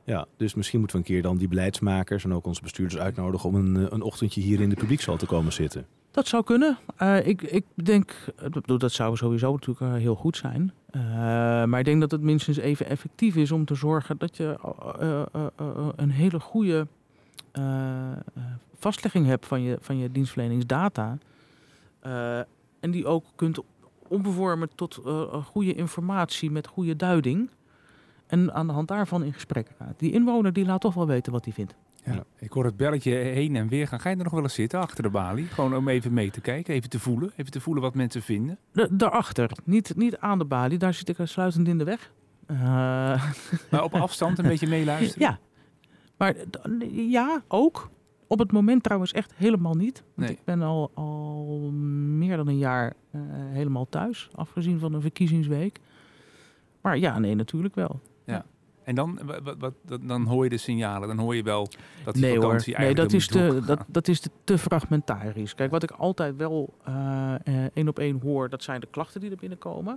Ja, dus misschien moeten we een keer dan die beleidsmakers en ook onze bestuurders uitnodigen om een ochtendje hier in de publiekzaal te komen zitten. Dat zou kunnen. Ik denk, dat zou sowieso natuurlijk heel goed zijn. Maar ik denk dat het minstens even effectief is om te zorgen dat je een hele goede vastlegging hebt van je dienstverleningsdata. En die ook kunt omvormen tot goede informatie met goede duiding. En aan de hand daarvan in gesprek gaat. Die inwoner die laat toch wel weten wat hij vindt. Ja, ik hoor het belletje heen en weer gaan. Ga je er nog wel eens zitten achter de balie? Gewoon om even mee te kijken, even te voelen wat mensen vinden? Daarachter, niet aan de balie. Daar zit ik sluitend in de weg. Maar op afstand een beetje meeluisteren? Ja, maar ja, ook. Op het moment trouwens echt helemaal niet. Want Nee. ik ben al meer dan een jaar helemaal thuis. Afgezien van een verkiezingsweek. Maar ja, nee, natuurlijk wel. En dan hoor je de signalen. Dan hoor je wel dat die Nee hoor, vakantie nee, eigenlijk dat is te fragmentarisch. Kijk, wat ik altijd wel 1 op 1 hoor, dat zijn de klachten die er binnenkomen.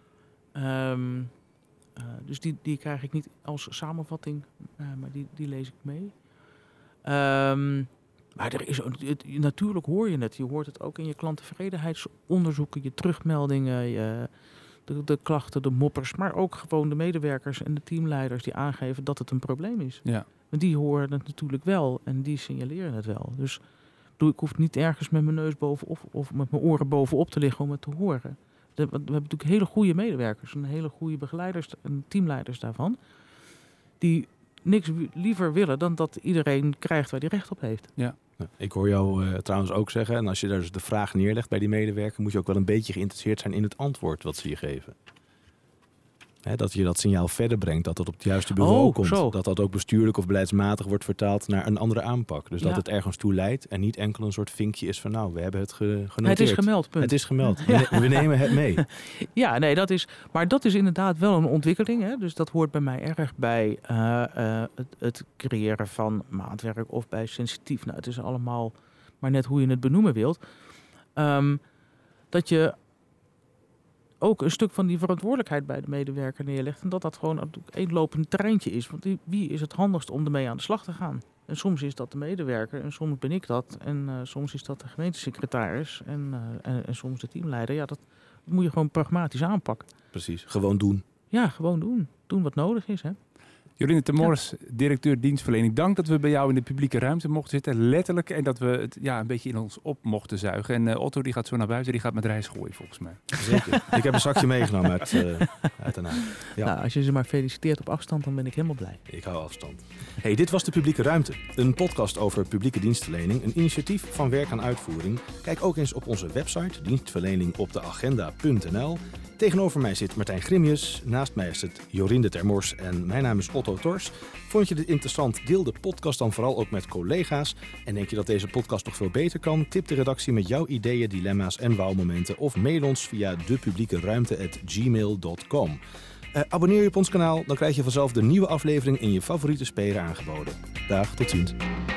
Dus die krijg ik niet als samenvatting, maar die lees ik mee. Maar er is natuurlijk hoor je het. Je hoort het ook in je klanttevredenheidsonderzoeken, je terugmeldingen, de klachten, de moppers, maar ook gewoon de medewerkers en de teamleiders die aangeven dat het een probleem is. Ja. Want die horen het natuurlijk wel en die signaleren het wel. Dus ik hoef niet ergens met mijn neus bovenop of met mijn oren bovenop te liggen om het te horen. We hebben natuurlijk hele goede medewerkers en hele goede begeleiders en teamleiders daarvan. Die niks liever willen dan dat iedereen krijgt waar hij recht op heeft. Ja. Ik hoor jou trouwens ook zeggen, en als je daar dus de vraag neerlegt bij die medewerker, moet je ook wel een beetje geïnteresseerd zijn in het antwoord wat ze je geven. Dat je dat signaal verder brengt, dat het op het juiste bureau komt. Zo. Dat ook bestuurlijk of beleidsmatig wordt vertaald naar een andere aanpak. Dus dat Ja. het ergens toe leidt en niet enkel een soort vinkje is van nou, we hebben het genoteerd. Het is gemeld, punt. Het is gemeld. Ja. We nemen het mee. Ja, nee, dat is inderdaad wel een ontwikkeling. Hè? Dus dat hoort bij mij erg bij het creëren van maatwerk of bij sensitief. Nou, het is allemaal maar net hoe je het benoemen wilt. Dat je ook een stuk van die verantwoordelijkheid bij de medewerker neerlegt. En dat gewoon een lopend treintje is. Want wie is het handigst om ermee aan de slag te gaan? En soms is dat de medewerker en soms ben ik dat. En soms is dat de gemeentesecretaris en soms de teamleider. Ja, dat moet je gewoon pragmatisch aanpakken. Precies, gewoon doen. Ja, gewoon doen. Doen wat nodig is, hè. Jorinde Termors, directeur dienstverlening. Dank dat we bij jou in de publieke ruimte mochten zitten. Letterlijk. En dat we het een beetje in ons op mochten zuigen. En Otto die gaat zo naar buiten. Die gaat met rijst gooien volgens mij. Zeker. Ik heb een zakje meegenomen uit Den Haag. Ja. Nou, als je ze maar feliciteert op afstand, dan ben ik helemaal blij. Ik hou afstand. Hey, dit was De Publieke Ruimte. Een podcast over publieke dienstverlening. Een initiatief van Werk aan Uitvoering. Kijk ook eens op onze website dienstverleningopdeagenda.nl. Tegenover mij zit Martijn Grimius. Naast mij is het Jorinde Termors en mijn naam is Otto Tors. Vond je dit interessant? Deel de podcast dan vooral ook met collega's. En denk je dat deze podcast nog veel beter kan? Tip de redactie met jouw ideeën, dilemma's en wauwmomenten. Of mail ons via depubliekeruimte@gmail.com. Abonneer je op ons kanaal, dan krijg je vanzelf de nieuwe aflevering in je favoriete speler aangeboden. Dag, tot ziens.